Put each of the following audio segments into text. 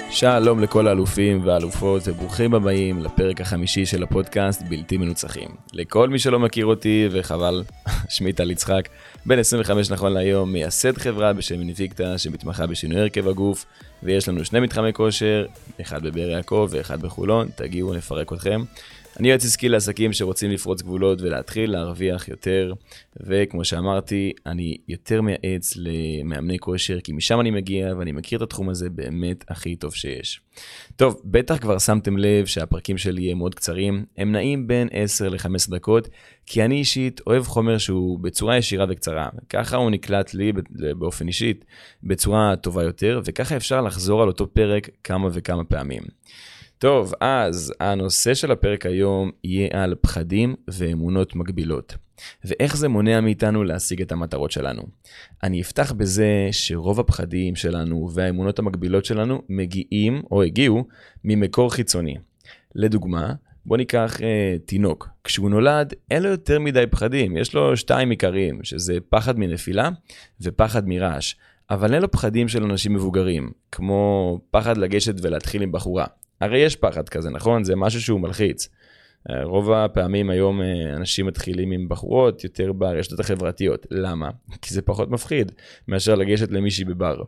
שלום לכל האלופים והאלופות וברוכים הבאים לפרק החמישי של הפודקאסט בלתי מנוצחים. לכל מי שלא מכיר אותי וחבל, שמי טל יצחק, בן 25 נכון להיום, מייסד חברה בשם אינביקטה שמתמחה בשינוי הרכב הגוף, ויש לנו 2 מתחמי כושר, אחד בבאר יעקב ואחד בחולון, תגיעו נפרק אתכם. אני יועץ עסקי לעסקים שרוצים לפרוץ גבולות ולהתחיל להרוויח יותר, וכמו שאמרתי, אני יותר מייעץ למאמני כושר, כי משם אני מגיע ואני מכיר את התחום הזה באמת הכי טוב שיש. טוב, בטח כבר שמתם לב שהפרקים שלי יהיה מאוד קצרים, הם נעים בין 10 ל-15 דקות, כי אני אישית אוהב חומר שהוא בצורה ישירה וקצרה, ככה הוא נקלט לי באופן אישית בצורה טובה יותר, וככה אפשר לחזור על אותו פרק כמה וכמה פעמים. טוב, אז הנושא של הפרק היום יהיה על פחדים ואמונות מגבילות. ואיך זה מונע מאיתנו להשיג את המטרות שלנו. אני אפתח בזה שרוב הפחדים שלנו והאמונות המגבילות שלנו מגיעים או הגיעו ממקור חיצוני. לדוגמה, בוא ניקח תינוק. כשהוא נולד, אין לו יותר מדי פחדים. יש לו 2 עיקריים, שזה פחד מנפילה ופחד מרעש. אבל אין לו פחדים של אנשים מבוגרים, כמו פחד לגשת ולהתחיל עם בחורה. הרי יש פחד כזה, נכון? זה משהו שהוא מלחיץ. רוב הפעמים היום אנשים מתחילים עם בחורות יותר ברשתות החברתיות. למה? כי זה פחות מפחיד מאשר לגשת למישהי בבר.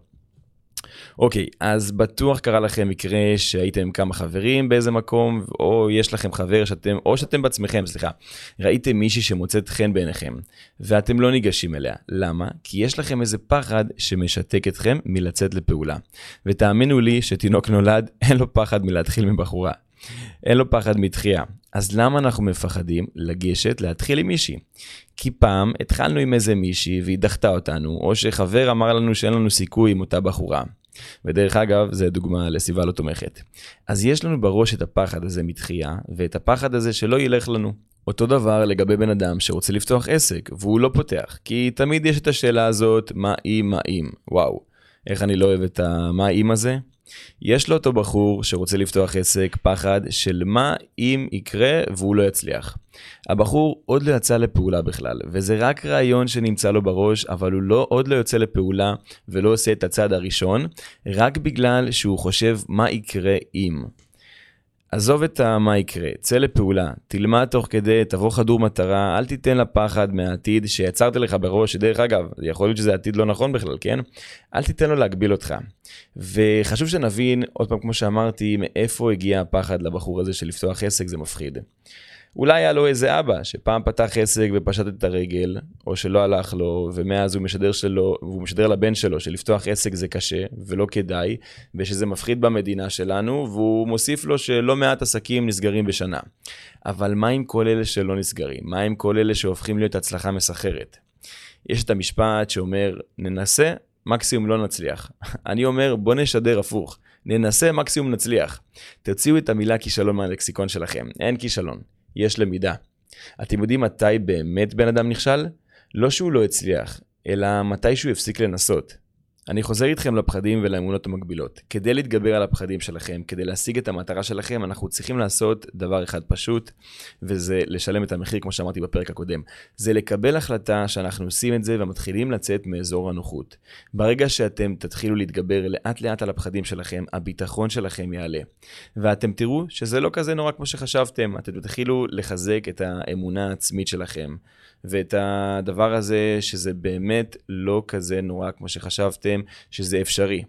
אוקיי, אז בטוח קרה לכם מקרה שהייתם כמה חברים באיזה מקום, או יש לכם חבר שאתם בעצמכם, ראיתם מישהי שמוצאת חן בעיניכם, ואתם לא ניגשים אליה. למה? כי יש לכם איזה פחד שמשתק אתכם מלצאת לפעולה. ותאמינו לי שתינוק נולד, אין לו פחד מלהתחיל מבחורה. אין לו פחד מתחייה. אז למה אנחנו מפחדים לגשת להתחיל עם מישהי? כי פעם התחלנו עם איזה מישהי והיא דחתה אותנו, או שחבר אמר לנו שאין לנו סיכוי עם אותה בחורה. ודרך אגב, זה דוגמה לסביבה לא תומכת. אז יש לנו בראש את הפחד הזה מתחייה, ואת הפחד הזה שלא ילך לנו. אותו דבר לגבי בן אדם שרוצה לפתוח עסק, והוא לא פותח. כי תמיד יש את השאלה הזאת, מה אם. וואו, איך אני לא אוהב את מה אם הזה? יש לו אותו בחור שרוצה לפתוח עסק פחד של מה אם יקרה והוא לא יצליח. הבחור עוד לא יצא לפעולה בכלל, וזה רק רעיון שנמצא לו בראש, אבל הוא עוד לא יוצא לפעולה ולא עושה את הצעד הראשון, רק בגלל שהוא חושב מה יקרה אם. עזוב את מה יקרה, צא לפעולה, תלמד תוך כדי, תבוא חדור מטרה, אל תיתן לפחד מהעתיד שיצרת לך בראש, שדרך אגב, יכול להיות שזה עתיד לא נכון בכלל, כן? אל תיתן לו להגביל אותך. וחשוב שנבין, עוד פעם כמו שאמרתי, מאיפה הגיע הפחד לבחור הזה של לפתוח עסק, זה מפחיד. אולי היה לו איזה אבא שפעם פתח עסק ופשט את הרגל, או שלא הלך לו, ומאז הוא משדר לבן שלו שלפתוח עסק זה קשה ולא כדאי, ושזה מפחיד במדינה שלנו, והוא מוסיף לו שלא מעט עסקים נסגרים בשנה. אבל מה עם כל אלה שלא נסגרים? מה עם כל אלה שהופכים להיות הצלחה מסחרת? יש את המשפט שאומר, ננסה, מקסימום לא נצליח. אני אומר, בוא נשדר הפוך. ננסה, מקסימום נצליח. תוציאו את המילה כישלון מהלקסיקון שלכם. אין כישלון. יש למידה. אתם יודעים מתי באמת בן אדם נכשל? לא שהוא לא הצליח, אלא מתי שהוא הפסיק לנסות. אני חוזר איתכם לפחדים ולאמונות המגבילות. כדי להתגבר על הפחדים שלכם, כדי להשיג את המטרה שלכם, אנחנו צריכים לעשות דבר אחד פשוט, וזה לשלם את המחיר, כמו שאמרתי בפרק הקודם. זה לקבל החלטה שאנחנו עושים את זה ומתחילים לצאת מאזור הנוחות. ברגע שאתם תתחילו להתגבר לאט לאט על הפחדים שלכם, הביטחון שלכם יעלה. ואתם תראו שזה לא כזה נורא כמו שחשבתם. אתם תתחילו לחזק את האמונה העצמית שלכם. ואת הדבר הזה שזה באמת לא כזה נורא כמו שחשבתם, שזה אפשרי.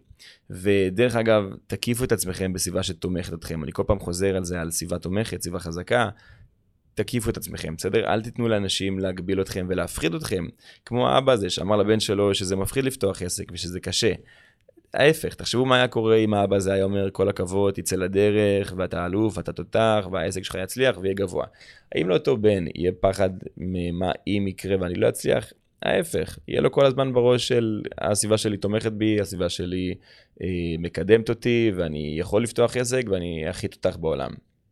ודרך אגב, תקיפו את עצמכם בסביבה שתומכת אתכם. אני כל פעם חוזר על זה, על סביבה תומכת, סביבה חזקה. תקיפו את עצמכם, בסדר? אל תיתנו לאנשים להגביל אתכם ולהפחיד אתכם. כמו האבא הזה שאמר לבן שלו שזה מפחיד לפתוח עסק ושזה קשה. ההפך, תחשבו מה היה קורה אם האבא הזה היה אומר כל הכבוד, תצא לדרך, ואתה אלוף, ואתה תותח, והעסק שלך יצליח ויהיה גבוה. האם לאותו בן יהיה פחד ממה אם יקרה ואני לא אצליח? ההפך, יהיה לו כל הזמן בראש של הסביבה שלי תומכת בי, הסביבה שלי מקדמת אותי, ואני יכול לפתוח עסק ואני הכי תותח בעולם.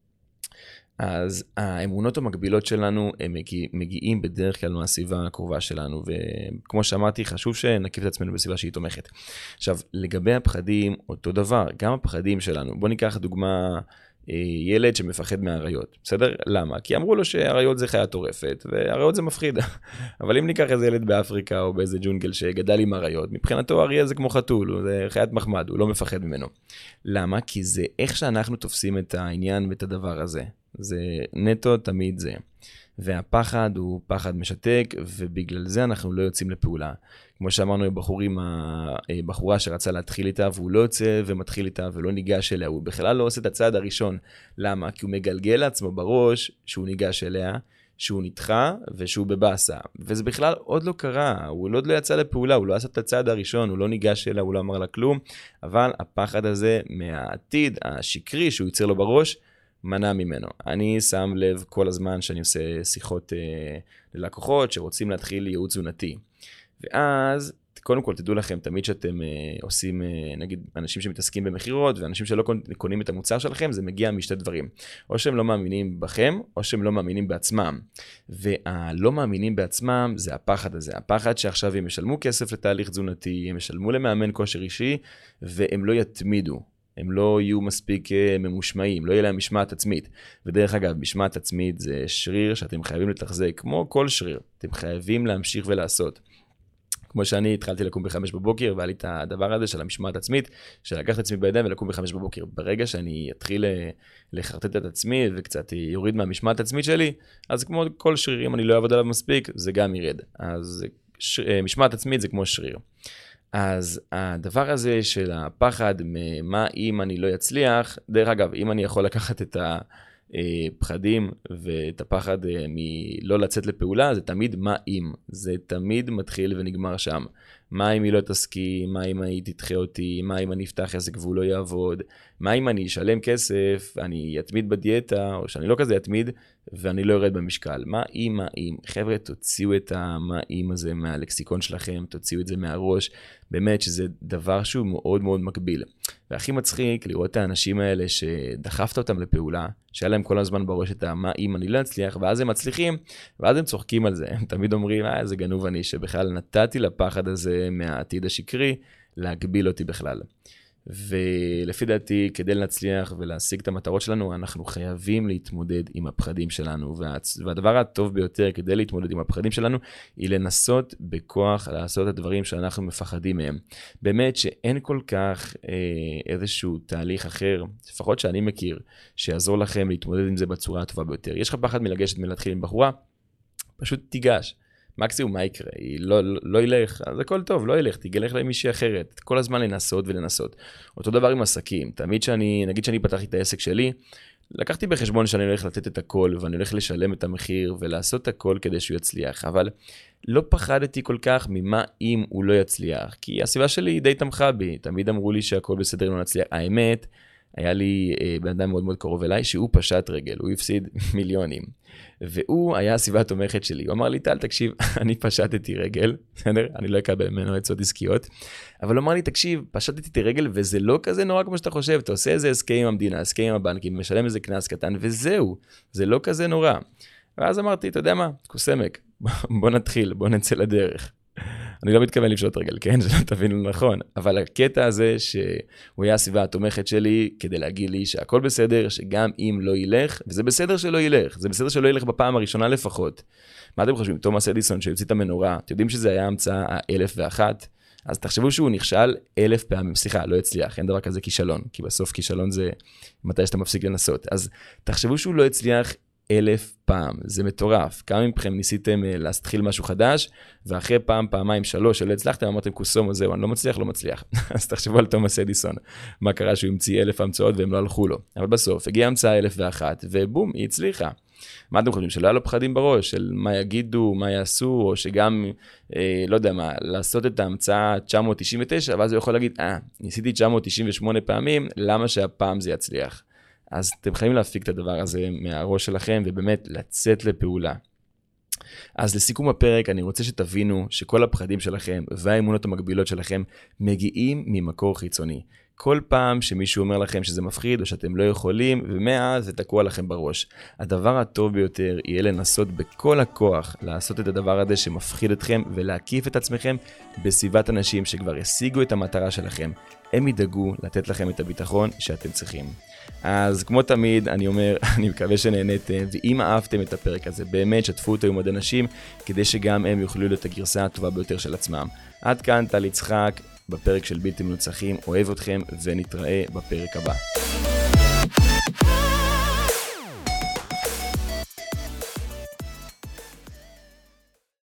אז האמונות המקבילות שלנו הם מגיעים בדרך כלל מהסביבה הקרובה שלנו, וכמו שאמרתי, חשוב שנקיף את עצמנו בסביבה שהיא תומכת. עכשיו, לגבי הפחדים, אותו דבר, גם הפחדים שלנו, בוא ניקח דוגמה ילד שמפחד מהאריות, בסדר? למה? כי אמרו לו שהאריות זה חיה טורפת, והאריות זה מפחיד. אבל אם ניקח איזה ילד באפריקה או באיזה ג'ונגל שגדל עם אריות, מבחינתו אריה זה כמו חתול, זה חיית מחמד, הוא לא מפחד ממנו. למה? כי זה איך שאנחנו תופסים את העניין ואת הדבר הזה. זה נטו תמיד זה. והפחד הוא פחד משתק, ובגלל זה אנחנו לא יוצאים לפעולה. כמו שאמרנו, בחורה שרצה להתחיל איתה, והוא לא יוצא ומתחיל איתה ולא ניגש אליה, הוא בכלל לא עושה את הצעד הראשון. למה? כי הוא מגלגל לעצמו בראש שהוא ניגש אליה, שהוא נדחה ושהוא בבאסה. וזה בכלל עוד לא קרה, הוא עוד לא יצא לפעולה, הוא לא עשה את הצעד הראשון, הוא לא ניגש אליה, הוא לא אמר לה כלום, אבל הפחד הזה מהעתיד השקרי שהוא יצר לו בראש, מנע ממנו. אני שם לב כל הזמן שאני עושה שיחות ללקוחות שרוצים להתחיל ייעוץ תזונתי. ואז, קודם כל תדעו לכם, תמיד שאתם עושים, נגיד, אנשים שמתעסקים במחירות, ואנשים שלא קונים את המוצר שלכם, זה מגיע משתי דברים. או שהם לא מאמינים בכם, או שהם לא מאמינים בעצמם. והלא מאמינים בעצמם, זה הפחד הזה. הפחד שעכשיו הם ישלמו כסף לתהליך תזונתי, הם ישלמו למאמן כושר אישי, והם לא יתמידו. הם לא יהיו מספיק ממושמעים, לא יהיה להם משמעת עצמית. ודרך אגב, משמעת עצמית זה שריר שאתם חייבים לתחזק, כמו כל שריר. אתם חייבים להמשיך ולעשות. כמו שאני התחלתי לקום ב-5 בבוקר, והיה לי את הדבר הזה של המשמעת עצמית, של לקחת את עצמי בידיים ולקום ב-5 בבוקר. ברגע שאני אתחיל לחרטט את עצמי, וקצת יוריד מהמשמעת עצמית שלי, אז כמו כל שריר, אם אני לא אעבוד עליו מספיק, זה גם ירד. אז משמעת עצמית זה כמו שריר. אז הדבר הזה של הפחד, מה אם אני לא אצליח, דרך אגב, אם אני יכול לקחת את הפחדים ואת הפחד מלא לצאת לפעולה, זה תמיד מה אם, זה תמיד מתחיל ונגמר שם. מה אם היא לא תסכים, מה אם היא תדחה אותי, מה אם אני אפתח עסק והוא לא יעבוד, מה אם אני אשלם כסף, אני אתמיד בדיאטה, או שאני לא כזה אתמיד, ואני לא יורד במשקל. מה אם, חבר'ה, תוציאו את המה אם הזה מהלקסיקון שלכם, תוציאו את זה מהראש, באמת שזה דבר שהוא מאוד מאוד מקביל. והכי מצחיק לראות את האנשים האלה שדחפת אותם לפעולה, שהיה להם כל הזמן בראש את המה אם אני לא אצליח, ואז הם מצליחים, ואז הם צוחקים על זה. הם תמיד אומרים, איזה גנוב אני, שבכלל נתתי לפחד הזה מהעתיד השקרי, להגביל אותי בכלל. ולפי דעתי, כדי להצליח ולהשיג את המטרות שלנו, אנחנו חייבים להתמודד עם הפחדים שלנו, והדבר הטוב ביותר כדי להתמודד עם הפחדים שלנו, היא לנסות בכוח לעשות את הדברים שאנחנו מפחדים מהם. באמת שאין כל כך איזשהו תהליך אחר, לפחות שאני מכיר, שיעזור לכם להתמודד עם זה בצורה הטובה ביותר. יש לך פחד מלגשת מלהתחיל עם בחורה? פשוט תיגש. מקסימום מה יקרה, היא לא ילך, אז הכל טוב, לא ילך, תגלך למישהי אחרת, כל הזמן לנסות ולנסות. אותו דבר עם עסקים, תמיד נגיד שאני פתחתי את העסק שלי, לקחתי בחשבון שאני הולך לתת את הכל, ואני הולך לשלם את המחיר, ולעשות את הכל כדי שהוא יצליח, אבל לא פחדתי כל כך ממה אם הוא לא יצליח, כי הסביבה שלי די תמכה בי, תמיד אמרו לי שהכל בסדר אם לא נצליח, האמת, היה לי בן אדם מאוד מאוד קרוב אליי, שהוא פשט רגל, הוא הפסיד מיליונים. והוא היה הסביבה התומכת שלי. הוא אמר לי, טל, תקשיב, אני פשטתי רגל, בסדר? אני לא אקבל ממנו עצות עסקיות, אבל הוא אמר לי, תקשיב, פשטתי רגל, וזה לא כזה נורא כמו שאתה חושב, אתה עושה איזה הסכם עם המדינה, הסכם עם הבנקים, משלם איזה קנס קטן, וזהו, זה לא כזה נורא. ואז אמרתי, אתה יודע מה? קוסמק, בוא נתחיל, בוא נצא לדרך. אני לא מתכוון לפשוט רגל, כן? שלא תבינו נכון. אבל הקטע הזה שהוא היה הסביבה התומכת שלי, כדי להגיד לי שהכל בסדר, שגם אם לא ילך, וזה בסדר שלא ילך, זה בסדר שלא ילך בפעם הראשונה לפחות. מה אתם חושבים? תומאס אדיסון שהוציא את המנורה, אתם יודעים שזה היה המצאה ה-1001? אז תחשבו שהוא נכשל 1000 פעמים, סליחה, לא הצליח, אין דבר כזה כישלון, כי בסוף כישלון זה מתי שאתה מפסיק לנסות. אז תחשבו שהוא לא הצליח 1000 פעם, זה מטורף. כמה מכם ניסיתם להתחיל משהו חדש, ואחרי פעם, פעמיים, 3, שלא הצלחתם, אמרתם קוסום או זהו, אני לא מצליח. אז תחשבו על תומאס אדיסון, מה קרה שהוא המציא 1000 המצאות והם לא הלכו לו. אבל בסוף, הגיעה המצאה 1001, ובום, היא הצליחה. מה אתם חושבים? שלא היה לו פחדים בראש, של מה יגידו, מה יעשו, או שגם, לא יודע מה, לעשות את ההמצאה 999, ואז הוא יכול להגיד, ניסיתי 998 פעמים, למה שהפעם זה יצליח? אז אתם חייבים להפיק את הדבר הזה מהראש שלכם, ובאמת לצאת לפעולה. אז לסיכום הפרק, אני רוצה שתבינו שכל הפחדים שלכם, והאמונות המקבילות שלכם, מגיעים ממקור חיצוני. כל פעם שמישהו אומר לכם שזה מפחיד או שאתם לא יכולים, ומאז זה תקוע לכם בראש. הדבר הטוב ביותר יהיה לנסות בכל הכוח לעשות את הדבר הזה שמפחיד אתכם ולהקיף את עצמכם בסביבת אנשים שכבר השיגו את המטרה שלכם. הם ידאגו לתת לכם את הביטחון שאתם צריכים. אז כמו תמיד אני אומר, אני מקווה שנהניתם, ואם אהבתם את הפרק הזה באמת שתפו אותו עם עוד אנשים כדי שגם הם יוכלו להיות הגרסה הטובה ביותר של עצמם. עד כאן טל יצחק בפרק של בלתי מנוצחים, אוהב אתכם ונתראה בפרק הבא.